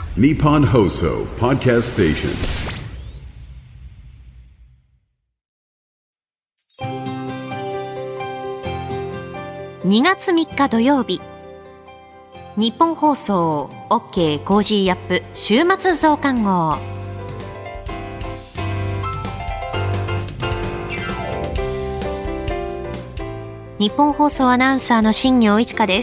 Nippon Hoso Podcast Station。 2月3日土曜日、日本放送 OK コージーアップ週末増刊号。日本放送アナウンサーの新業一華です。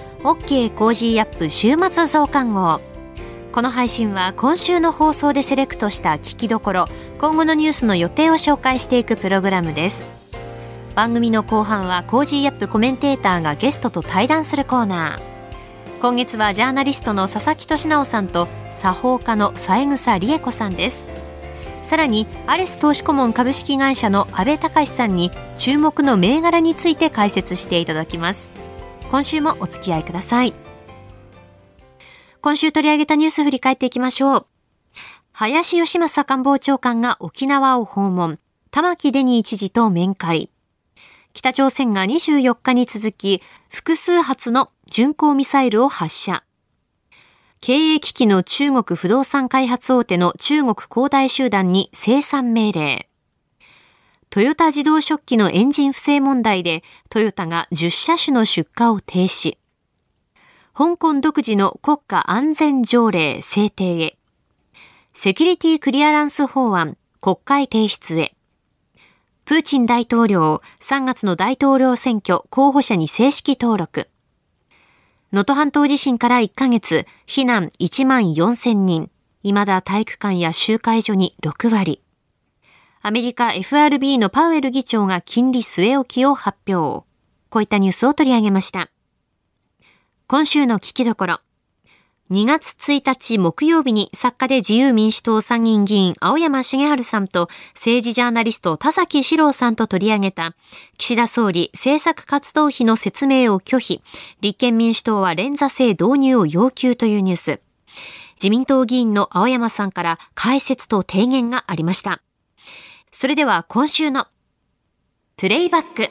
OK コージーアップ週末増刊号。この配信は今週の放送でセレクトした聞きどころ、今後のニュースの予定を紹介していくプログラムです。番組の後半はコージーアップコメンテーターがゲストと対談するコーナー。今月はジャーナリストの佐々木俊直さんと作法家の三枝理恵子さんです。さらにアレス投資顧問株式会社の阿部隆さんに注目の銘柄について解説していただきます。今週もお付き合いください。今週取り上げたニュース振り返っていきましょう。林芳正官房長官が沖縄を訪問、玉城デニー知事と面会。北朝鮮が24日に続き複数発の巡航ミサイルを発射。経営危機の中国不動産開発大手の中国恒大集団に清算命令。トヨタ自動食器のエンジン不正問題でトヨタが10車種の出荷を停止。香港独自の国家安全条例制定へ。セキュリティクリアランス法案国会提出へ。プーチン大統領3月の大統領選挙候補者に正式登録。能登半島地震から1ヶ月、避難1万4000人。未だ体育館や集会所に6割。アメリカ FRB のパウエル議長が金利据え置きを発表。こういったニュースを取り上げました。今週の聞きどころ。2月1日木曜日に作家で自由民主党参議院議員青山茂春さんと政治ジャーナリスト田崎史郎さんと取り上げた岸田総理政策活動費の説明を拒否、立憲民主党は連座制導入を要求というニュース。自民党議員の青山さんから解説と提言がありました。それでは今週のプレイバック。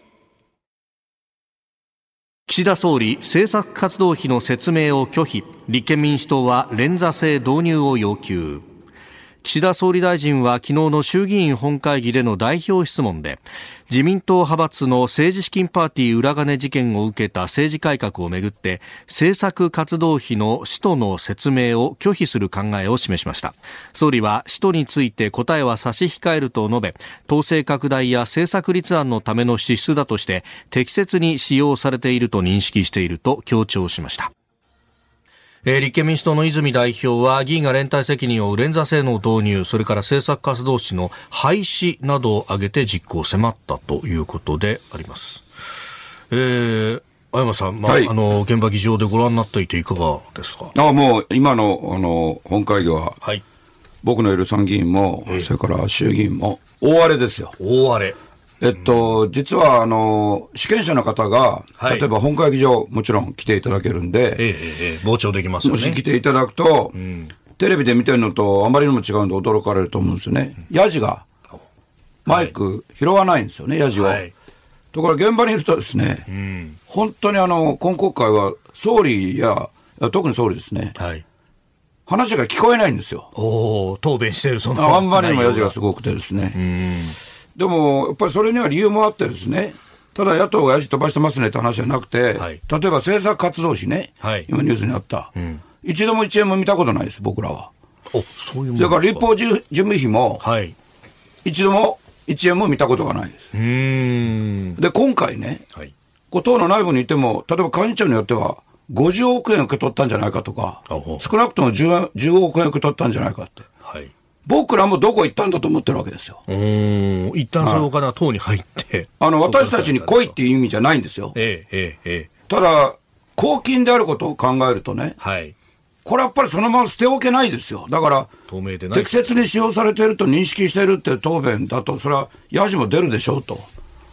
岸田総理政策活動費の説明を拒否、立憲民主党は連座制導入を要求。岸田総理大臣は昨日の衆議院本会議での代表質問で、自民党派閥の政治資金パーティー裏金事件を受けた政治改革をめぐって政策活動費の使途の説明を拒否する考えを示しました。総理は使途について答えは差し控えると述べ、統制拡大や政策立案のための支出だとして適切に使用されていると認識していると強調しました。立憲民主党の泉代表は議員が連帯責任を負う連座制の導入、それから政策活動費の廃止などを挙げて実行を迫ったということであります。青山さん、はい、現場議場でご覧になっていていかがですか。 もう今の本会議は、はい、僕のいる参議院も、それから衆議院も大荒れですよ。 大荒れ。 実は主権者の方が、例えば本会議場もちろん来ていただけるんで、 傍聴できますよね。 もし来ていただくと、テレビで見てるのとあまりにも違うんで驚かれると思うんですよね。ヤジがマイク拾わないんですよね、ヤジを。ところが現場にいるとですね、本当に今国会は総理や特に総理ですね、話が聞こえないんですよ。 答弁しているそのあんまりにもヤジがすごくてですね。でもやっぱりそれには理由もあってですね、ただ野党がヤジ飛ばしてますねって話じゃなくて、例えば政策活動費ね、今ニュースにあった、一度も1円も見たことないです、僕らは。 そういうもの。 それから立法事務費も、一度も1円も見たことがないです。で今回ね、党の内部にいても、例えば幹事長によっては50億円受け取ったんじゃないかとか、少なくとも 10億円受け取ったんじゃないかって、僕らもどこ行ったんだと思ってるわけですよ。 一旦そのお金は党に入って、 私たちに来いっていう意味じゃないんですよ。ただ公金であることを考えるとね、これやっぱりそのまま捨ておけないですよ。だから適切に使用されていると認識しているって答弁だと、それはヤジも出るでしょうと。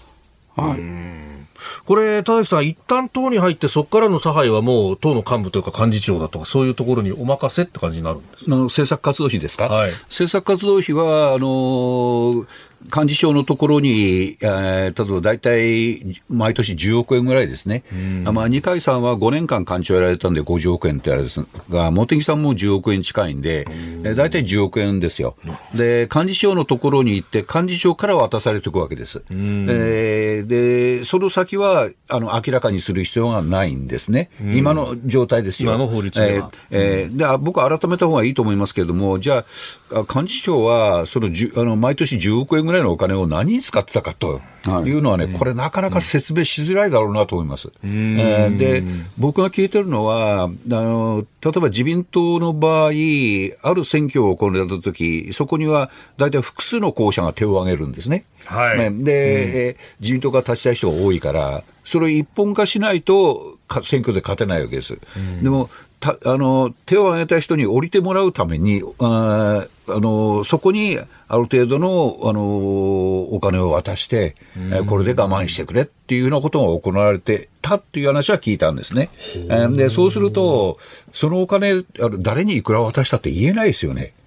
これ田崎さん、一旦党に入ってそこからの差配はもう党の幹部というか幹事長だとかそういうところにお任せって感じになるんですか。 政策活動費ですか。政策活動費は幹事長のところに、例えば大体毎年10億円ぐらいですね。二階さんは5年間幹事長やられたんで50億円ってあれですが、茂木さんも10億円近いんで、大体10億円ですよ。で、幹事長のところに行って、幹事長から渡されていくわけです。で、その先は、明らかにする必要がないんですね。今の状態ですよ。 今の法律では。 で、僕は改めた方がいいと思いますけれども、じゃあ、幹事長は、毎年10億円ぐらいのお金を何に使ってたかというのはね、これなかなか説明しづらいだろうなと思います。で、僕が聞いてるのは、例えば自民党の場合、ある選挙を行ったとき、そこには大体複数の候補者が手を挙げるんですね。で、自民党が立ちたい人が多いから、それを一本化しないと選挙で勝てないわけです。でも手を挙げた人に降りてもらうために、そこにある程度の、お金を渡して、これで我慢してくれっていうようなことが行われてたっていう話は聞いたんですね。で、そうすると、そのお金、誰にいくら渡したって言えないですよね。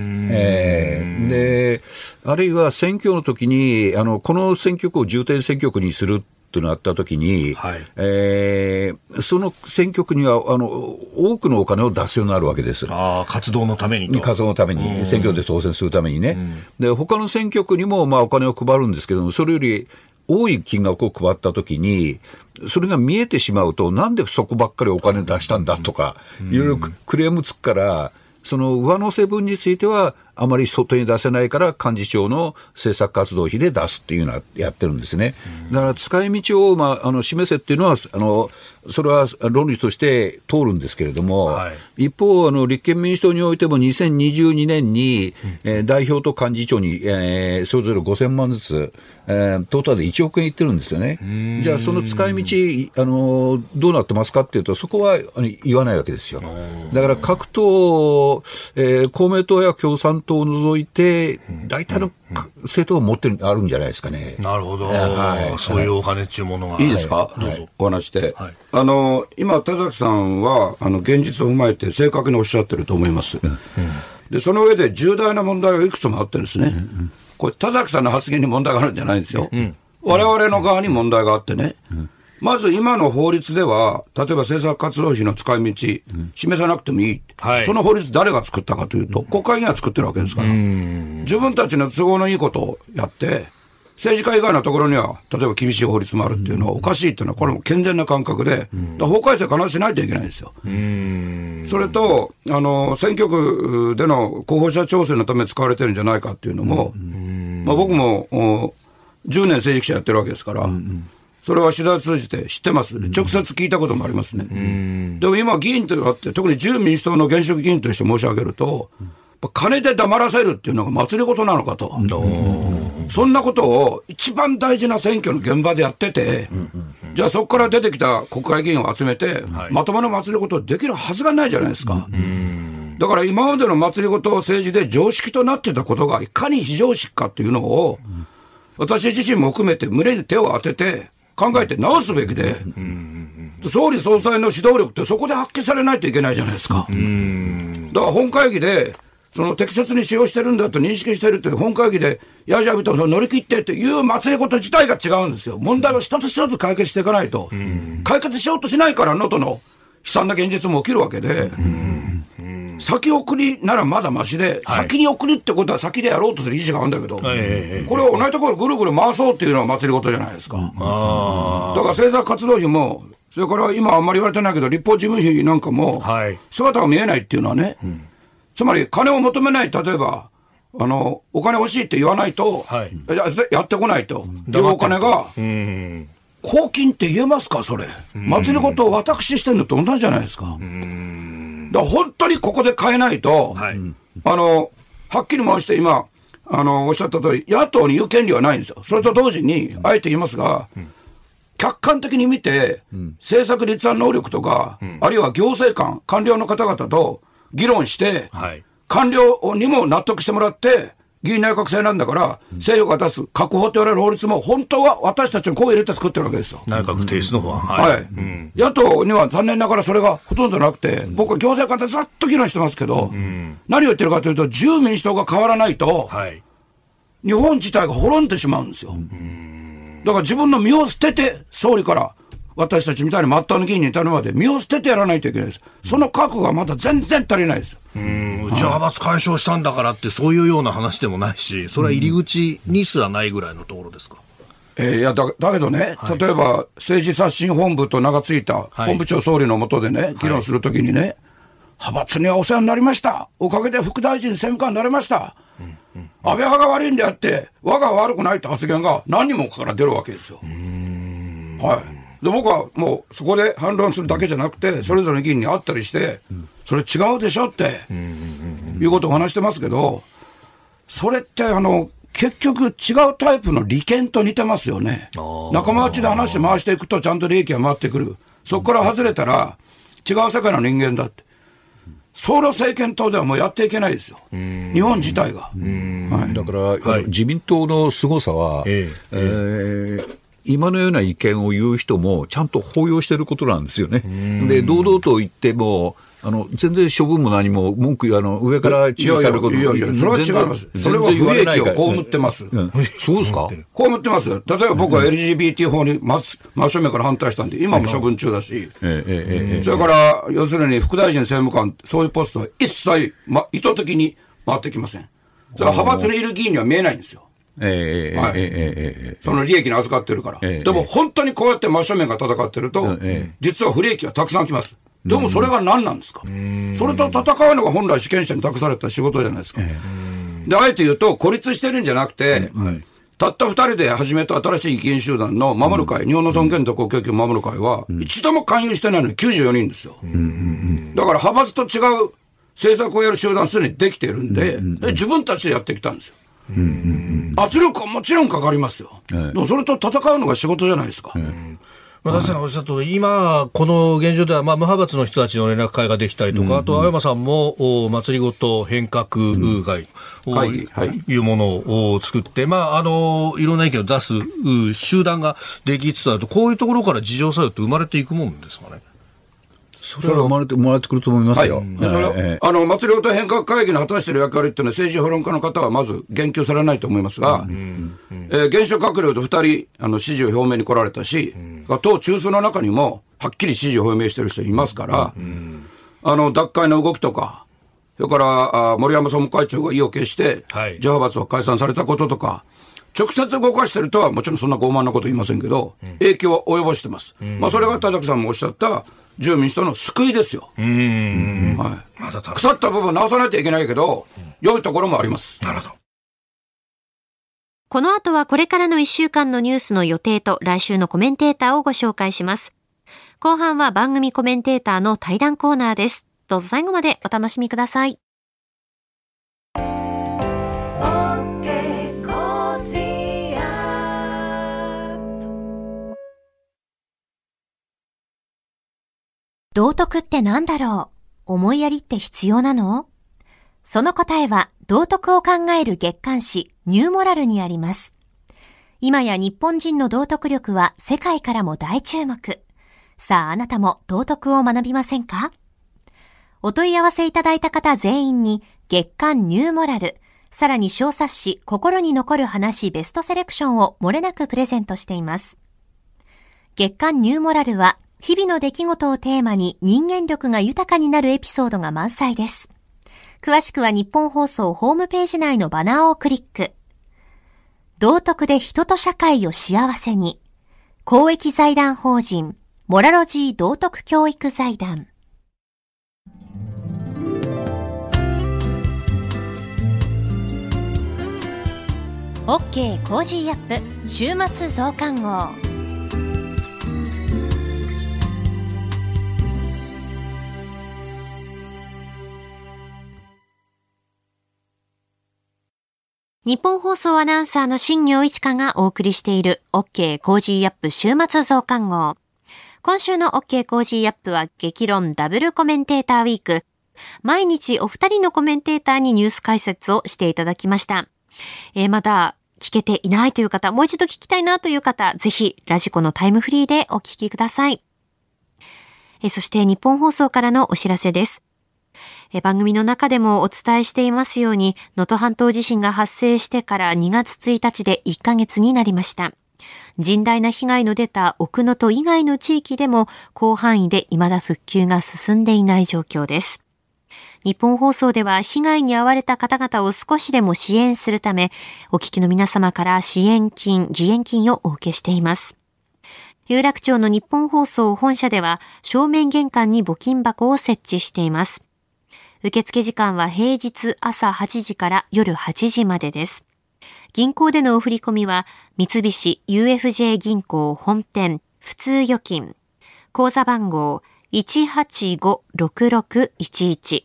で、あるいは選挙の時に、この選挙区を重点選挙区にするとなったときに、その選挙区には多くのお金を出すようになるわけです。 活動のためにと。 活動のために、選挙で当選するためにね。で、他の選挙区にもお金を配るんですけども、それより多い金額を配ったときに、それが見えてしまうと、なんでそこばっかりお金出したんだとか、いろいろクレームつくから、その上乗せ分についてはあまり外に出せないから幹事長の政策活動費で出すっていうのはやってるんですね。だから使い道を示せっていうのはそれは論理として通るんですけれども、一方立憲民主党においても2022年に、代表と幹事長に、それぞれ5000万ずつ、トータルで1億円いってるんですよね。じゃあその使い道どうなってますかっていうと、そこは言わないわけですよ。だから各党、公明党や共産党を除いて大体の政党を持ってあるんじゃないですかね。 なるほど、そういうお金っていうものが。 いいですか、どうぞお話して、今田崎さんは現実を踏まえて正確におっしゃってると思います、でその上で重大な問題がいくつもあってですね、これ田崎さんの発言に問題があるんじゃないんですよ、我々の側に問題があってね、まず今の法律では、例えば政策活動費の使い道、示さなくてもいい、その法律誰が作ったかというと、国会議員が作ってるわけですから、自分たちの都合のいいことをやって、政治家以外のところには、例えば厳しい法律もあるっていうのはおかしいっていうのは、これも健全な感覚で、法改正必ずしないといけないんですよ。それと、選挙区での候補者調整のために使われてるんじゃないかっていうのも、僕も10年政治記者やってるわけですから、それは取材を通じて知ってます。直接聞いたこともありますね。でも今議員となって、特に自由民主党の現職議員として申し上げると、金で黙らせるっていうのが祭り事なのかと。そんなことを一番大事な選挙の現場でやってて、じゃあそこから出てきた国会議員を集めて、まともな祭り事できるはずがないじゃないですか。だから今までの祭り事を政治で常識となってたことがいかに非常識かっていうのを、私自身も含めて胸に手を当てて、考えて直すべきで、総理総裁の指導力ってそこで発揮されないといけないじゃないですか。だから本会議で、適切に使用してるんだと認識してるって、本会議で、やじゃびと乗り切ってっていう祭り事自体が違うんですよ。問題を一つ一つ解決していかないと、解決しようとしないから能登の悲惨な現実も起きるわけで、先送りならまだマシで、先に送るってことは先でやろうとする意思があるんだけど、これを同じところぐるぐる回そうっていうのは祭り事じゃないですか。だから政策活動費も、それから今あんまり言われてないけど、立法事務費なんかも、姿が見えないっていうのはね、つまり金を求めない、例えば、お金欲しいって言わないと、やってこないと。で、お金が、公金って言えますか、それ。祭り事を私してるのと同じじゃないですか。だから本当にここで変えないと、はっきり申して今、おっしゃった通り、野党に言う権利はないんですよ。それと同時に、あえて言いますが、客観的に見て、政策立案能力とか、あるいは行政官、官僚の方々と議論して、官僚にも納得してもらって、議員内閣制なんだから、政府が出す確保と言われる法律も、本当は私たちの声を入れて作ってるわけですよ。 内閣提出の方は。 野党には残念ながらそれがほとんどなくて、僕は行政官でずっと議論してますけど、何を言ってるかというと、自由民主党が変わらないと、 日本自体が滅んでしまうんですよ。だから自分の身を捨てて、総理から私たちみたいに末端の議員に至るまで身を捨ててやらないといけないです。その覚悟がまだ全然足りないです。 うちは派閥解消したんだからってそういうような話でもないし、それは入り口にすらないぐらいのところですか。 いや だけどね、例えば政治刷新本部と名がついた本部長総理の下でね、議論するときにね、派閥にはお世話になりました、おかげで副大臣政務官になれました、安倍派が悪いんであって我が悪くないって発言が何人もから出るわけですよ。はい、で僕はもうそこで反論するだけじゃなくて、それぞれの議員に会ったりして、それ違うでしょっていうことを話してますけど、それって結局違うタイプの利権と似てますよね。仲間内で話して回していくとちゃんと利益が回ってくる。そこから外れたら違う世界の人間だって。総理政権党ではもうやっていけないですよ、日本自体が。はい、 だから、自民党の凄さは、今のような意見を言う人もちゃんと包容していることなんですよね。で堂々と言っても全然処分も何も文句上から注意されることも、 いやそれは違います。それは不利益を被ってます、 そうですか。 被ってますよ。例えば僕は LGBT 法に真正面から反対したんで今も処分中だし、それから要するに副大臣政務官そういうポストは一切、意図的に回ってきません。それは派閥にいる議員には見えないんですよ。その利益に預かってるから、でも本当にこうやって真正面が戦ってると、実は不利益がたくさん来ます。でもそれが何なんですか。それと戦うのが本来主権者に託された仕事じゃないですか。であえて言うと孤立してるんじゃなくて、たった2人で始めた新しい議員集団の守る会、日本の尊厳と公共権を守る会は、一度も勧誘してないのに94人ですよ。だから派閥と違う政策をやる集団すでにできているんで、自分たちでやってきたんですよ。圧力はもちろんかかりますよ。でもそれと戦うのが仕事じゃないですか。 私がおっしゃったとおり、今この現状では、無派閥の人たちの連絡会ができたりとか、あと青山さんも祭りごと変革会というものを作って、いろんな意見を出す集団ができつつあると、こういうところから自浄作用って生まれていくもんですかね。 それは生まれてくると思いますよ。 祭りごと変革会議の果たしている役割っていうのは政治評論家の方はまず言及されないと思いますが、現職閣僚と2人支持を表明に来られたし、党中枢の中にもはっきり支持を表明している人いますから、脱会の動きとか、それから森山総務会長が意を決して自派閥を解散されたこととか、直接動かしているとはもちろんそんな傲慢なこと言いませんけど、影響を及ぼしてます。それが田崎さんもおっしゃった自由民主党の救いですよ。腐った部分を直さないといけないけど、良いところもあります。 なるほど。 この後はこれからの1週間のニュースの予定と来週のコメンテーターをご紹介します。後半は番組コメンテーターの対談コーナーです。どうぞ最後までお楽しみください。道徳って何だろう？思いやりって必要なの？その答えは道徳を考える月刊誌ニューモラルにあります。今や日本人の道徳力は世界からも大注目。さああなたも道徳を学びませんか？お問い合わせいただいた方全員に月刊ニューモラル、さらに小冊子心に残る話ベストセレクションを漏れなくプレゼントしています。月刊ニューモラルは日々の出来事をテーマに人間力が豊かになるエピソードが満載です。詳しくは日本放送ホームページ内のバナーをクリック。道徳で人と社会を幸せに。公益財団法人モラロジー道徳教育財団。OK コージーアップ週末増刊号。日本放送アナウンサーの新業一華がお送りしている OK コージーアップ週末増刊号。今週の OK コージーアップは激論ダブルコメンテーターウィーク。毎日お二人のコメンテーターにニュース解説をしていただきました。まだ聞けていないという方、もう一度聞きたいなという方、ぜひラジコのタイムフリーでお聞きください。そして日本放送からのお知らせです。 番組の中でもお伝えしていますように、能登半島地震が発生してから2月1日で1ヶ月になりました。甚大な被害の出た奥能登以外の地域でも広範囲で未だ復旧が進んでいない状況です。日本放送では被害に遭われた方々を少しでも支援するため、お聞きの皆様から支援金、義援金をお受けしています。有楽町の日本放送本社では正面玄関に募金箱を設置しています。受付時間は平日朝8時から夜8時までです。銀行でのお振り込みは三菱 UFJ 銀行本店普通預金口座番号 1856611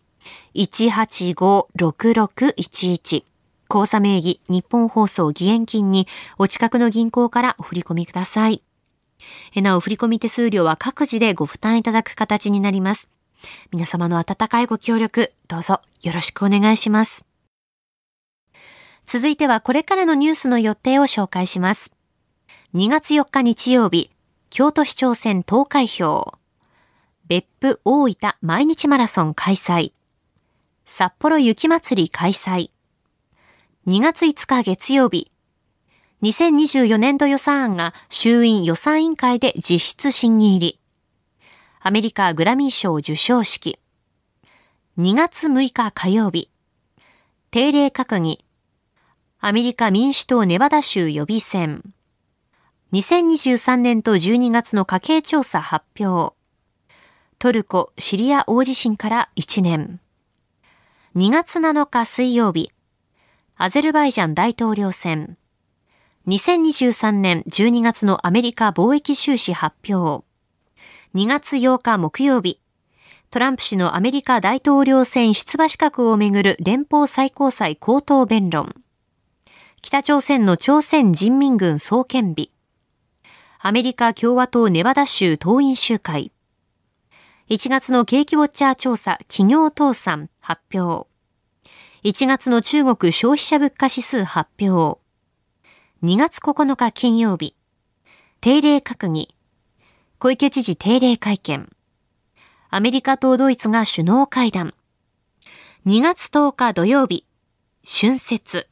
1856611 口座名義日本放送義援金にお近くの銀行からお振り込みください。なお振込手数料は各自でご負担いただく形になります。皆様の温かいご協力、どうぞよろしくお願いします。続いてはこれからのニュースの予定を紹介します。2月4日日曜日、京都市長選投開票。別府大分毎日マラソン開催。札幌雪まつり開催。2月5日月曜日、2024年度予算案が衆院予算委員会で実質審議入り。アメリカグラミー賞授賞式。2月6日火曜日。定例閣議。アメリカ民主党ネバダ州予備選。2023年と12月の家計調査発表。トルコ・シリア大地震から1年。2月7日水曜日。アゼルバイジャン大統領選。2023年12月のアメリカ貿易収支発表。2月8日木曜日、トランプ氏のアメリカ大統領選出馬資格をめぐる連邦最高裁口頭弁論。北朝鮮の朝鮮人民軍創建日。アメリカ共和党ネバダ州党員集会。1月の景気ウォッチャー調査企業倒産発表。1月の中国消費者物価指数発表。2月9日金曜日、定例閣議、小池知事定例会見、アメリカとドイツが首脳会談、2月10日土曜日、春節。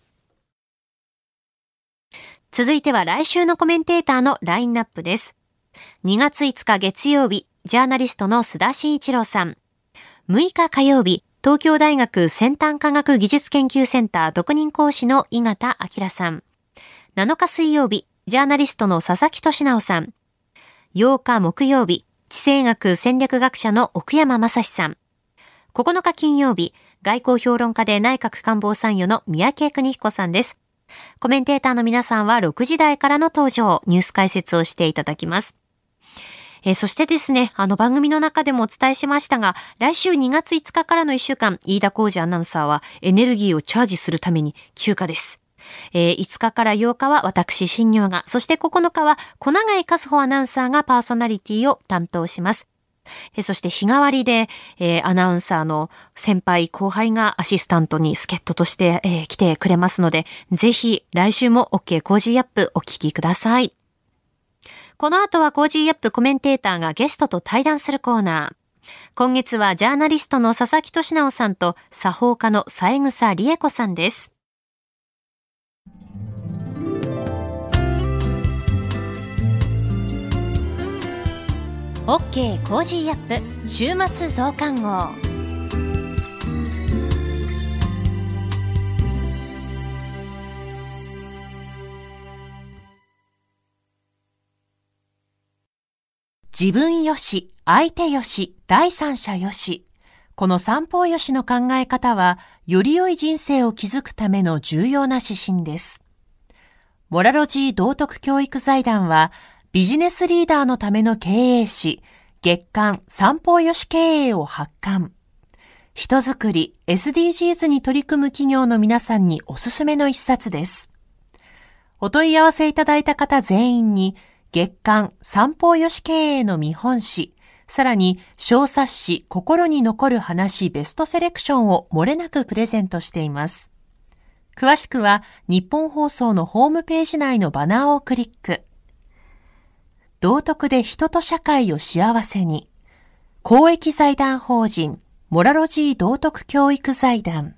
続いては来週のコメンテーターのラインナップです。2月5日月曜日、ジャーナリストの須田慎一郎さん。6日火曜日、東京大学先端科学技術研究センター特任講師の井形明さん。7日水曜日、ジャーナリストの佐々木俊直さん。8日木曜日、地政学戦略学者の奥山正史さん。9日金曜日、外交評論家で内閣官房参与の三宅邦彦さんです。コメンテーターの皆さんは6時台からの登場、ニュース解説をしていただきます。そしてですね、番組の中でもお伝えしましたが、来週2月5日からの1週間、飯田浩二アナウンサーはエネルギーをチャージするために休暇です。5日から8日は私、新業が、そして9日は小永井和穂アナウンサーがパーソナリティを担当します。そして日替わりで、アナウンサーの先輩後輩がアシスタントに助っ人として、来てくれますので、ぜひ来週も OK コージーアップお聞きください。この後はコージーアップコメンテーターがゲストと対談するコーナー。今月はジャーナリストの佐々木俊直さんと作法家の三枝理恵子さんです。OK コージーアップ週末増刊号。自分よし、相手よし、第三者よし。この三方よしの考え方は、より良い人生を築くための重要な指針です。モラロジー道徳教育財団は、ビジネスリーダーのための経営誌、月刊三方よし経営を発刊。人づくり、SDGs に取り組む企業の皆さんにおすすめの一冊です。お問い合わせいただいた方全員に、月刊三方よし経営の見本誌、さらに小冊子心に残る話ベストセレクションを漏れなくプレゼントしています。詳しくは日本放送のホームページ内のバナーをクリック。道徳で人と社会を幸せに。公益財団法人モラロジー道徳教育財団。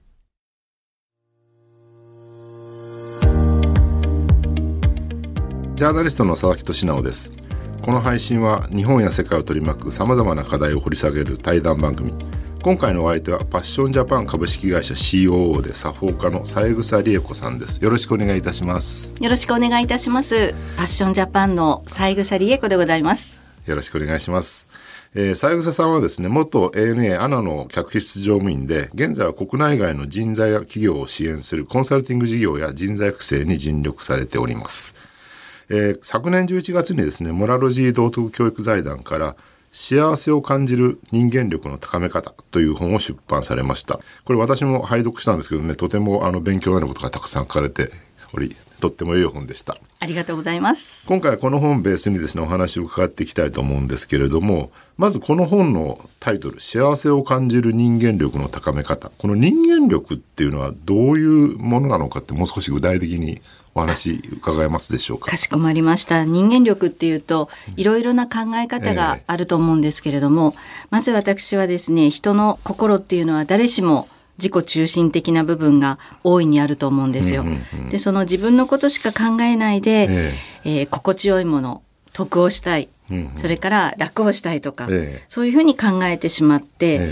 ジャーナリストの佐々木俊直です。この配信は日本や世界を取り巻くさまざまな課題を掘り下げる対談番組。今回のお相手はパッションジャパン株式会社 COO で作法家の三枝理恵子さんです。よろしくお願いいたします。 よろしくお願いいたします。パッションジャパンの三枝理恵子でございます。 よろしくお願いします。三枝さんはですね、元 ANA アナの客室乗務員で、現在は国内外の人材や企業を支援するコンサルティング事業や人材育成に尽力されております。昨年11月にですね、モラロジー道徳教育財団から幸せを感じる人間力の高め方という本を出版されました。これ私も拝読したんですけどね、とても勉強になることがたくさん書かれており、とっても良い本でした。 ありがとうございます。 今回はこの本をベースにですね、お話を伺っていきたいと思うんですけれども、まずこの本のタイトル、幸せを感じる人間力の高め方。この人間力っていうのはどういうものなのかって、もう少し具体的にお話伺えますでしょうか。 かしこまりました。人間力っていうといろいろな考え方があると思うんですけれども、まず私はですね、人の心っていうのは誰しも自己中心的な部分が大いにあると思うんですよ。で、その自分のことしか考えないで、心地よいもの、得をしたい、それから楽をしたいとか、そういうふうに考えてしまって、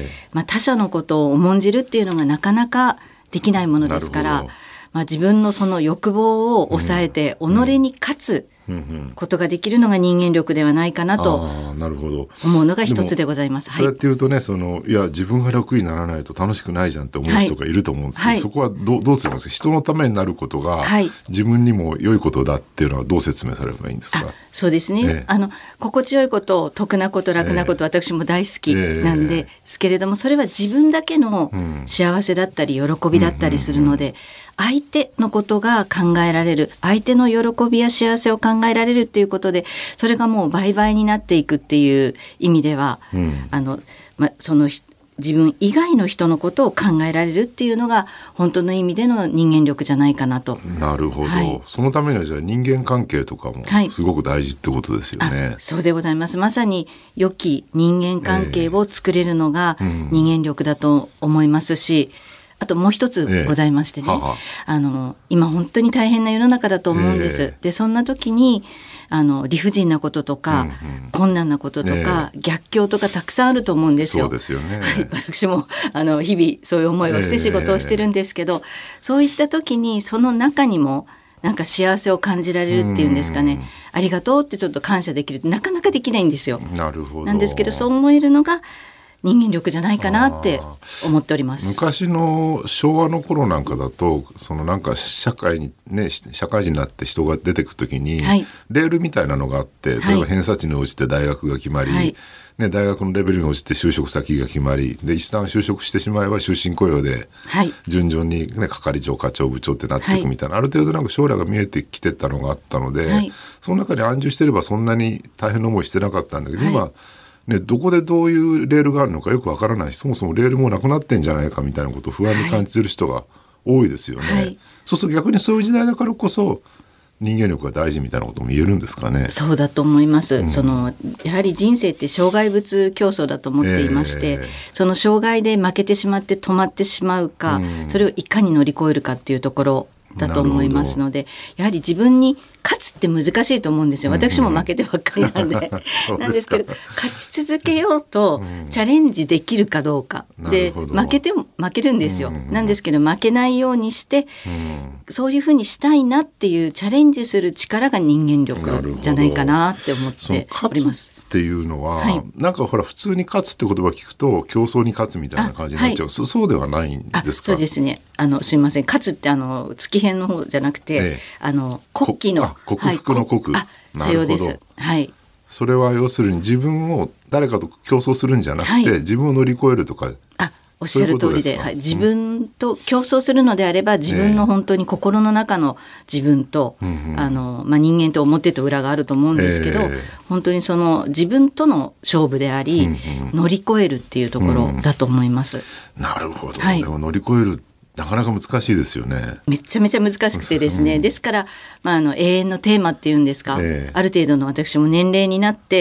他者のことを重んじるっていうのがなかなかできないものですから、自分のその欲望を抑えて己に勝つことができるのが人間力ではないかなと思うのが一つでございます。 そうやって言うとね、いや自分が楽にならないと楽しくないじゃんって思う人がいると思うんですけど、そこはどうするんですか。人のためになることが自分にも良いことだっていうのはどう説明されればいいんですか。 そうですね、心地よいこと、得なこと、楽なこと、私も大好きなんですけれども、それは自分だけの幸せだったり喜びだったりするので、相手のことが考えられる、相手の喜びや幸せを考えられるっていうことで、それがもう倍々になっていくっていう意味では、その自分以外の人のことを考えられるっていうのが本当の意味での人間力じゃないかなと。 なるほど、そのためにはじゃあ人間関係とかもすごく大事ってことですよね。 そうでございます。まさに良き人間関係を作れるのが人間力だと思いますし、あともう一つございましてね、今本当に大変な世の中だと思うんです。で、そんな時に理不尽なこととか、困難なこととか、逆境とかたくさんあると思うんですよ。 そうですよね。 私も日々そういう思いをして仕事をしてるんですけど、そういった時にその中にもなんか幸せを感じられるっていうんですかね、ありがとうってちょっと感謝できるってなかなかできないんですよ。 なるほど。 なんですけど、そう思えるのが人間力じゃないかなって思っております。 昔の昭和の頃なんかだと、なんか社会人になって人が出てくるときに、レールみたいなのがあって、例えば偏差値に応じて大学が決まり、大学のレベルに応じて就職先が決まりで、一旦就職してしまえば終身雇用で順々に、係長課長部長ってなっていくみたいな、ある程度なんか将来が見えてきてたのがあったので、その中に安住してればそんなに大変な思いしてなかったんだけど、今どこでどういうレールがあるのかよくわからないし、そもそもレールもなくなってんじゃないかみたいなことを不安に感じてる人が多いですよね。そうすると逆にそういう時代だからこそ人間力が大事みたいなことも言えるんですかね。 そうだと思います。やはり人生って障害物競争だと思っていまして、その障害で負けてしまって止まってしまうか、それをいかに乗り越えるかっていうところだと思いますので、やはり自分に勝つって難しいと思うんですよ。私も負けてばっかりなんでなんですけど、勝ち続けようとチャレンジできるかどうかで、負けても負けるんですよ。なんですけど負けないようにして、そういうふうにしたいなっていうチャレンジする力が人間力じゃないかなって思っております。 っていうのは、なんかほら普通に勝つって言葉聞くと競争に勝つみたいな感じになっちゃう。そうではないんですか。 そうですね。すいません、勝つって月編の方じゃなくて、国旗の克服の国、 さようです。 それは要するに自分を誰かと競争するんじゃなくて、自分を乗り越えるとか。 おっしゃる通りで、自分と競争するのであれば、自分の本当に心の中の自分と、人間と表と裏があると思うんですけど、本当にその自分との勝負であり、乗り越えるっていうところだと思います。 なるほど。でも乗り越えるなかなか難しいですよね。 めちゃめちゃ難しくてですね、ですから、永遠のテーマっていうんですか、ある程度の私も年齢になって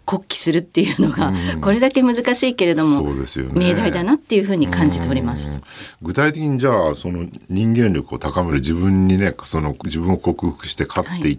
酷起するっていうのがこれだけ難しいけれども、 そうですよね、 命題だなっていうふうに感じております。 具体的にじゃあその人間力を高める、自分にねその自分を克服して勝っていって、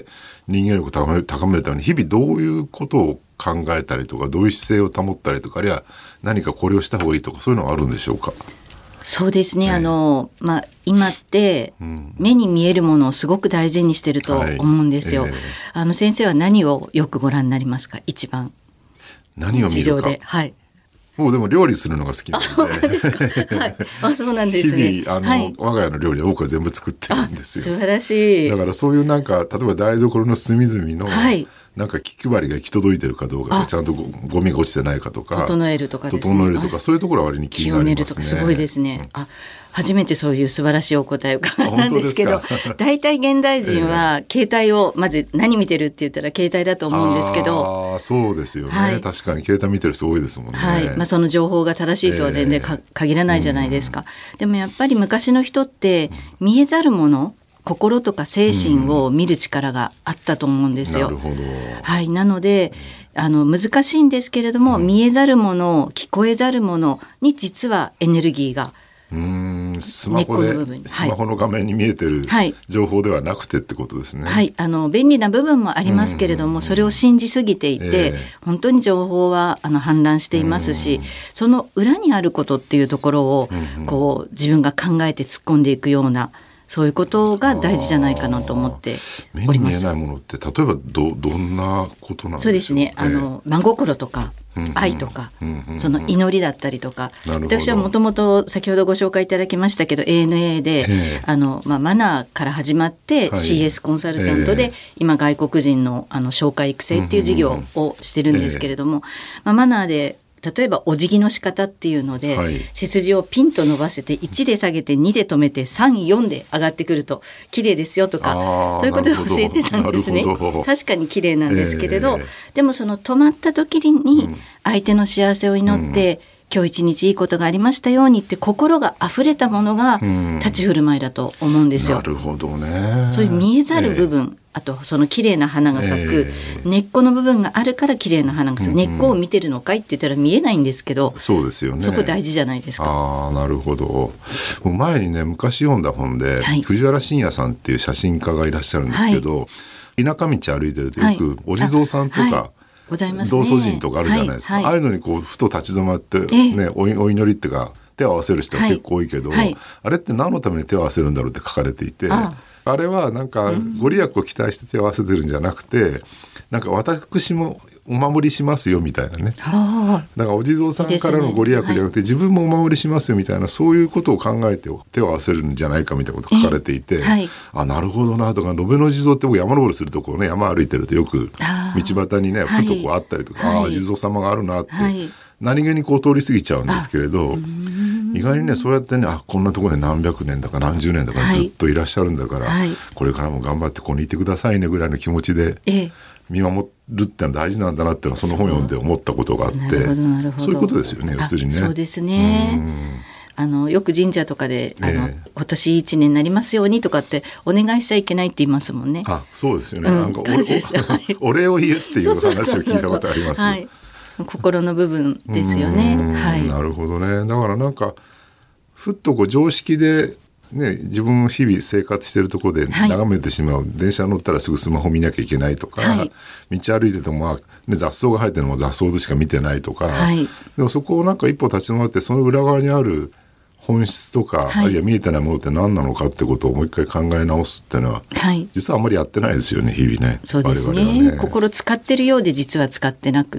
人間力を高めるために日々どういうことを考えたりとか、どういう姿勢を保ったりとか、あるいは何かこれをした方がいいとか、そういうのはあるんでしょうか。 そうですね、今って目に見えるものをすごく大事にしてると思うんですよ。先生は何をよくご覧になりますか？一番何を見るか。日常で、もうでも料理するのが好きなので。 本当ですか？はい。そうなんですね。 日々我が家の料理は僕は全部作ってるんですよ。 素晴らしい。 だからそういうなんか例えば台所の隅々の、なんか気配りが行き届いてるかどうか、ちゃんとゴミが落ちてないかとか、 整えるとかですね。 そういうところは割に気になりますね。 すごいですね。初めてそういう素晴らしいお答えを伺ったんですけど、大体現代人は携帯をまず何見てるって言ったら携帯だと思うんですけど、 そうですよね、確かに携帯見てる人多いですもんね。 その情報が正しいとは全然限らないじゃないですか。でもやっぱり昔の人って見えざるもの、心とか精神を見る力があったと思うんですよ。 なるほど。 なので難しいんですけれども、見えざるもの、聞こえざるものに実はエネルギーがスマホの画面に見えてる情報ではなくてってことですね。 便利な部分もありますけれども、それを信じすぎていて、本当に情報は氾濫していますし、その裏にあることっていうところをこう自分が考えて突っ込んでいくような、そういうことが大事じゃないかなと思っております。 目に見えないものって例えばどんなことなんでしょう？ そうですね、真心とか愛とか、その祈りだったりとか、私はもともと先ほどご紹介いただきましたけど ANA で、マナーから始まって CS コンサルタントで、今外国人の紹介育成っていう事業をしてるんですけれども、マナーで例えばお辞儀の仕方っていうので、背筋をピンと伸ばせて1で下げて2で止めて3、4で上がってくると綺麗ですよとか、そういうことを教えてたんですね。確かに綺麗なんですけれど、でもその止まった時に相手の幸せを祈って、今日一日いいことがありましたようにって心が溢れたものが立ち振る舞いだと思うんですよ。 なるほどね。 そういう見えざる部分、あとその綺麗な花が咲く、根っこの部分があるから綺麗な花が咲く、根っこを見てるのかいって言ったら見えないんですけど、 そうですよね。 そこ大事じゃないですか。 なるほど。前にね、昔読んだ本で、藤原信也さんっていう写真家がいらっしゃるんですけど、田舎道歩いてるとよくお地蔵さんとか、道祖神とかあるじゃないですか。ああいうのにこうふと立ち止まって、お祈りっていうか手を合わせる人は結構多いけど、あれって何のために手を合わせるんだろうって書かれていて、あれはなんかご利益を期待して手を合わせてるんじゃなくて、なんか私もお守りしますよみたいなね。だからお地蔵さんからのご利益じゃなくて、自分もお守りしますよみたいな、そういうことを考えて手を合わせるんじゃないかみたいなことが書かれていて、なるほどなとか。延べの地蔵って僕山登りするとこうね、山歩いてるとよく道端にね、ふとこうあったりとか、地蔵様があるなって、何気にこう通り過ぎちゃうんですけれど、意外にね、そうやってね、こんなところで何百年だか何十年だかずっといらっしゃるんだから、これからも頑張ってここにいてくださいねぐらいの気持ちで見守るってのは大事なんだなっていうのは、その本を読んで思ったことがあって、そういうことですよね、要するにね。 そうですね。よく神社とかで今年1年になりますようにとかってお願いしちゃいけないって言いますもんね。 そうですよね。なんかお礼を言うっていう話を聞いたことあります。 心の部分ですよね。 なるほどね。だからなんかふっとこう常識で、ね、自分日々生活してるところで眺めてしまう、電車乗ったらすぐスマホ見なきゃいけないとか、道歩いてても、雑草が生えてるのも雑草でしか見てないとか、でもそこをなんか一歩立ち止まって、その裏側にある本質とか、あるいは見えてないものって何なのかってことをもう一回考え直すっていうのは、実はあんまりやってないですよね、日々ね。 そうですね。心使ってるようで実は使ってなくって、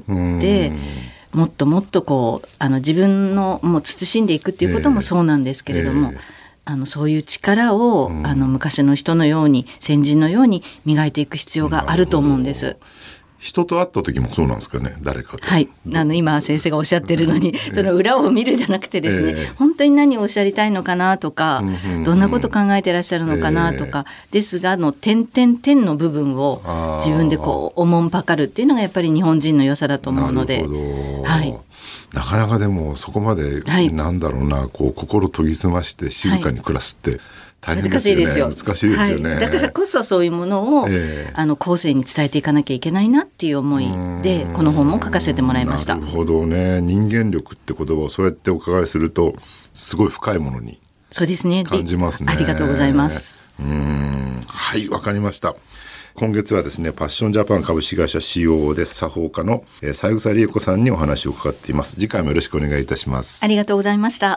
もっともっとこう自分のもう慎んでいくっていうこともそうなんですけれども、そういう力を昔の人のように、先人のように磨いていく必要があると思うんです。 人と会った時もそうなんですかね、誰かと。 今先生がおっしゃってるのに、その裏を見るじゃなくてですね、本当に何をおっしゃりたいのかなとか、どんなこと考えてらっしゃるのかなとか、ですが点の部分を自分でこうおもんぱかるっていうのがやっぱり日本人の良さだと思うので。 なかなかでもそこまで、なんだろうな、こう心研ぎ澄まして静かに暮らすって大変ですよね。難しいですよね。 だからこそそういうものを、後世に伝えていかなきゃいけないなっていう思いでこの本も書かせてもらいました。 なるほどね。人間力って言葉をそうやってお伺いするとすごい深いものにそうですね。 感じますね。 ありがとうございます。 はい、わかりました。今月はですね、パッションジャパン株式会社 COO で作法家の三枝理恵子さんにお話を伺っています。次回もよろしくお願いいたします。 ありがとうございました。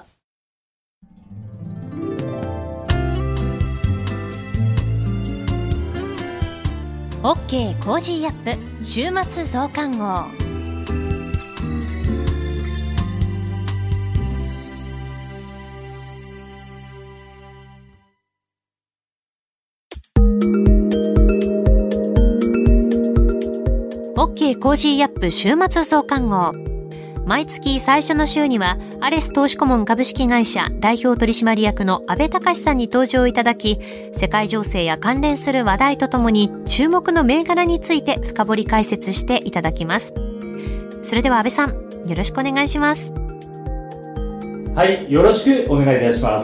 OK コージーアップ週末増刊号。OK コージーアップ週末増刊号。毎月最初の週にはアレス投資顧問株式会社代表取締役の阿部隆さんに登場いただき、世界情勢や関連する話題とともに注目の銘柄について深掘り解説していただきます。それでは阿部さん、よろしくお願いします。 はい、よろしくお願いいたします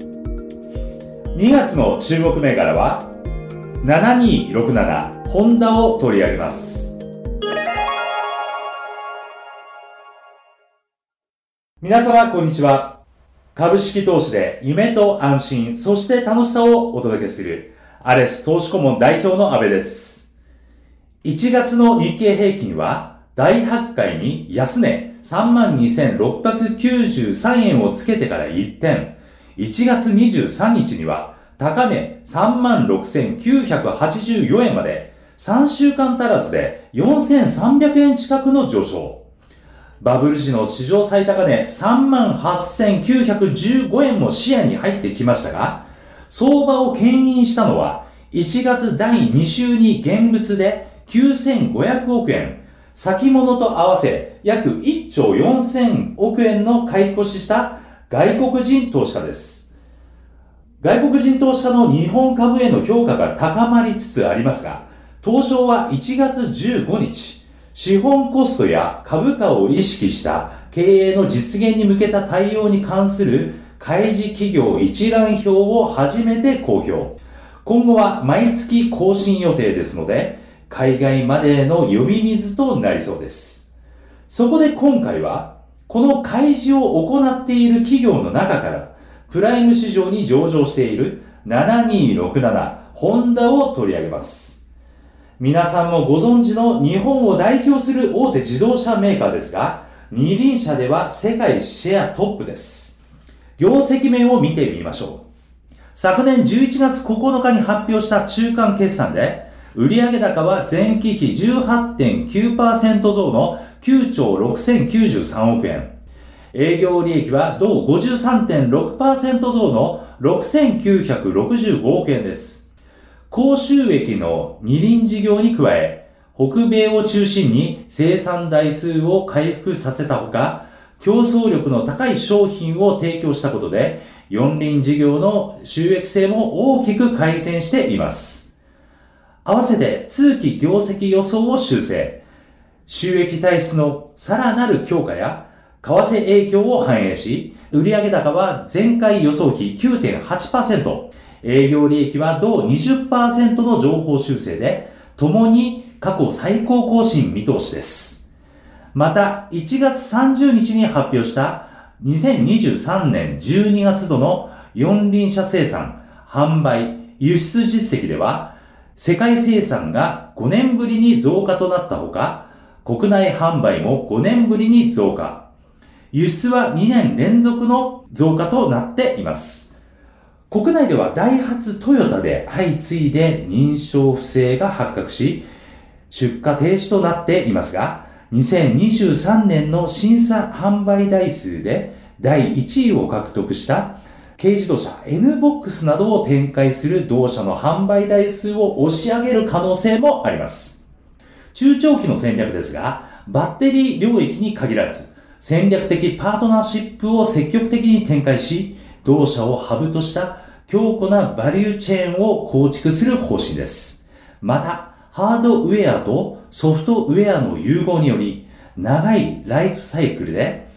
。2月の注目銘柄は7267ホンダを取り上げます。皆様こんにちは。株式投資で夢と安心、そして楽しさをお届けするアレス投資顧問代表の阿部です。1月の日経平均は第8回に安値 32,693 円をつけてから一転、1月23日には高値 36,984 円まで3週間足らずで 4,300 円近くの上昇。バブル時の史上最高値 38,915 円も視野に入ってきましたが、相場を牽引したのは1月第2週に現物で 9,500 億円、先物と合わせ約1兆4,000億円の買い越しした外国人投資家です。外国人投資家の日本株への評価が高まりつつありますが、東証は1月15日、資本コストや株価を意識した経営の実現に向けた対応に関する開示企業一覧表を初めて公表。今後は毎月更新予定ですので、海外までの呼び水となりそうです。そこで今回は、この開示を行っている企業の中から、プライム市場に上場している7267ホンダを取り上げます。皆さんもご存知の日本を代表する大手自動車メーカーですが、二輪車では世界シェアトップです。業績面を見てみましょう。昨年11月9日に発表した中間決算で、売上高は前期比 18.9% 増の9兆6093億円。営業利益は同 53.6% 増の6965億円です。高収益の二輪事業に加え、北米を中心に生産台数を回復させたほか、競争力の高い商品を提供したことで、四輪事業の収益性も大きく改善しています。合わせて通期業績予想を修正。収益体質のさらなる強化や、為替影響を反映し、売上高は前回予想比 9.8%、営業利益は同 20% の上方修正で、ともに過去最高更新見通しです。また、1月30日に発表した2023年12月度の四輪車生産、販売、輸出実績では、世界生産が5年ぶりに増加となったほか、国内販売も5年ぶりに増加。輸出は2年連続の増加となっています。国内ではダイハツトヨタで相次いで認証不正が発覚し、出荷停止となっていますが、2023年の審査販売台数で第1位を獲得した軽自動車 NBOX などを展開する同社の販売台数を押し上げる可能性もあります。中長期の戦略ですが、バッテリー領域に限らず、戦略的パートナーシップを積極的に展開し、同社をハブとした強固なバリューチェーンを構築する方針です。また、ハードウェアとソフトウェアの融合により、長いライフサイクルで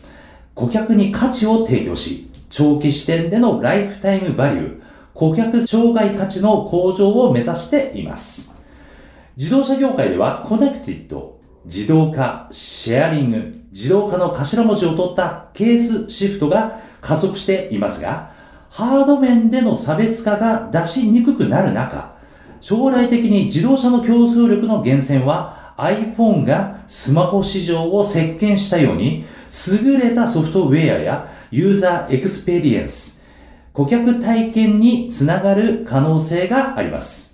顧客に価値を提供し、長期視点でのライフタイムバリュー、顧客生涯価値の向上を目指しています。自動車業界ではコネクティッド、自動化、シェアリング、自動化の頭文字を取ったケースシフトが加速していますが、ハード面での差別化が出しにくくなる中、将来的に自動車の競争力の源泉は iPhone がスマホ市場を席巻したように、優れたソフトウェアやユーザーエクスペリエンス、顧客体験につながる可能性があります。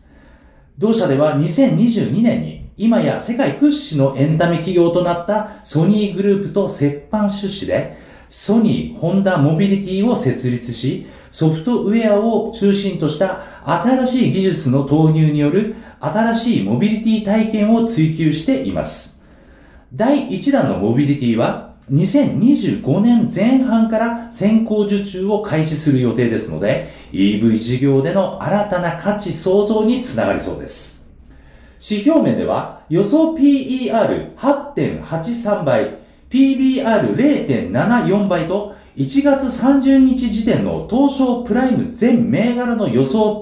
同社では2022年に今や世界屈指のエンタメ企業となったソニーグループと折半出資でソニー・ホンダモビリティを設立し、ソフトウェアを中心とした新しい技術の投入による新しいモビリティ体験を追求しています。第1弾のモビリティは2025年前半から先行受注を開始する予定ですので、EV 事業での新たな価値創造につながりそうです。指標面では予想 PER8.83 倍、PBR0.74 倍と1月30日時点の東証プライム全銘柄の予想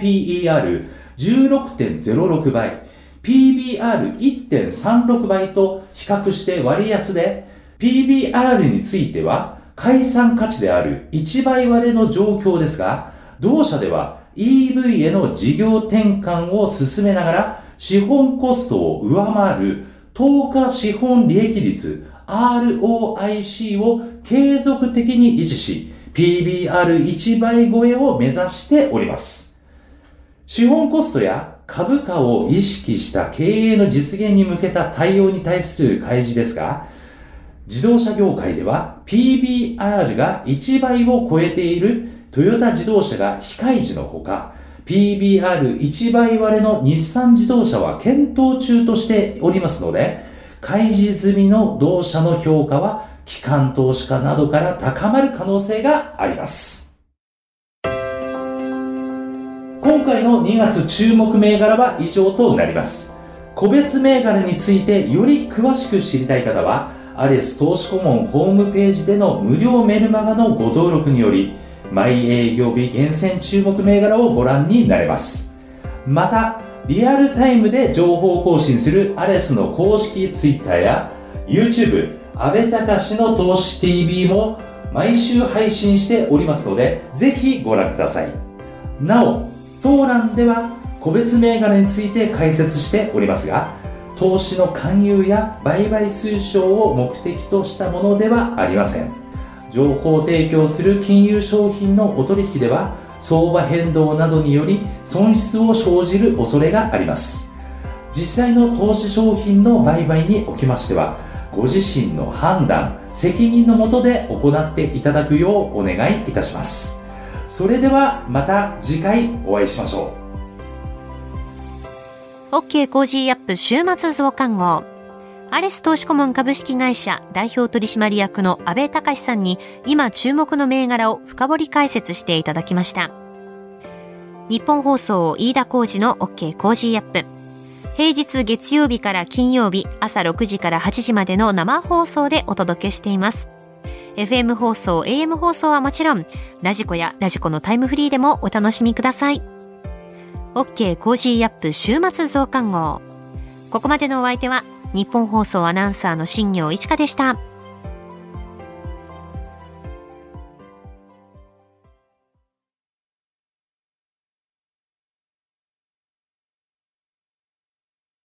PER16.06 倍、PBR1.36 倍と比較して割安で、PBR については概算価値である1倍割れの状況ですが、同社では EV への事業転換を進めながら資本コストを上回る10日資本利益率 ROIC を継続的に維持し、PBR1 倍超えを目指しております。資本コストや株価を意識した経営の実現に向けた対応に対する開示ですが、自動車業界では PBR が1倍を超えているトヨタ自動車が非開示のほか、PBR1 倍割れの日産自動車は検討中としておりますので、開示済みの同社の評価は機関投資家などから高まる可能性があります。今回の2月注目銘柄は以上となります。個別銘柄についてより詳しく知りたい方は、アレス投資顧問ホームページでの無料メルマガのご登録により、毎営業日厳選注目銘柄をご覧になれます。また、リアルタイムで情報更新するアレスの公式ツイッターや YouTube、阿部隆の投資 TV も毎週配信しておりますので、ぜひご覧ください。なお、当欄では個別銘柄について解説しておりますが、投資の勧誘や売買推奨を目的としたものではありません。情報提供する金融商品のお取引では、相場変動などにより損失を生じる恐れがあります。実際の投資商品の売買におきましては、ご自身の判断、責任のもとで行っていただくようお願いいたします。それではまた次回お会いしましょう。OK コージーアップ週末増刊号。アレス投資顧問株式会社代表取締役の阿部隆さんに今注目の銘柄を深掘り解説していただきました。日本放送飯田浩司の OK コージーアップ。平日月曜日から金曜日朝6時から8時までの生放送でお届けしています。FM 放送、AM 放送はもちろん、ラジコやラジコのタイムフリーでもお楽しみください。OK コージーアップ週末増刊号。ここまでのお相手は日本放送アナウンサーの新業一華でした。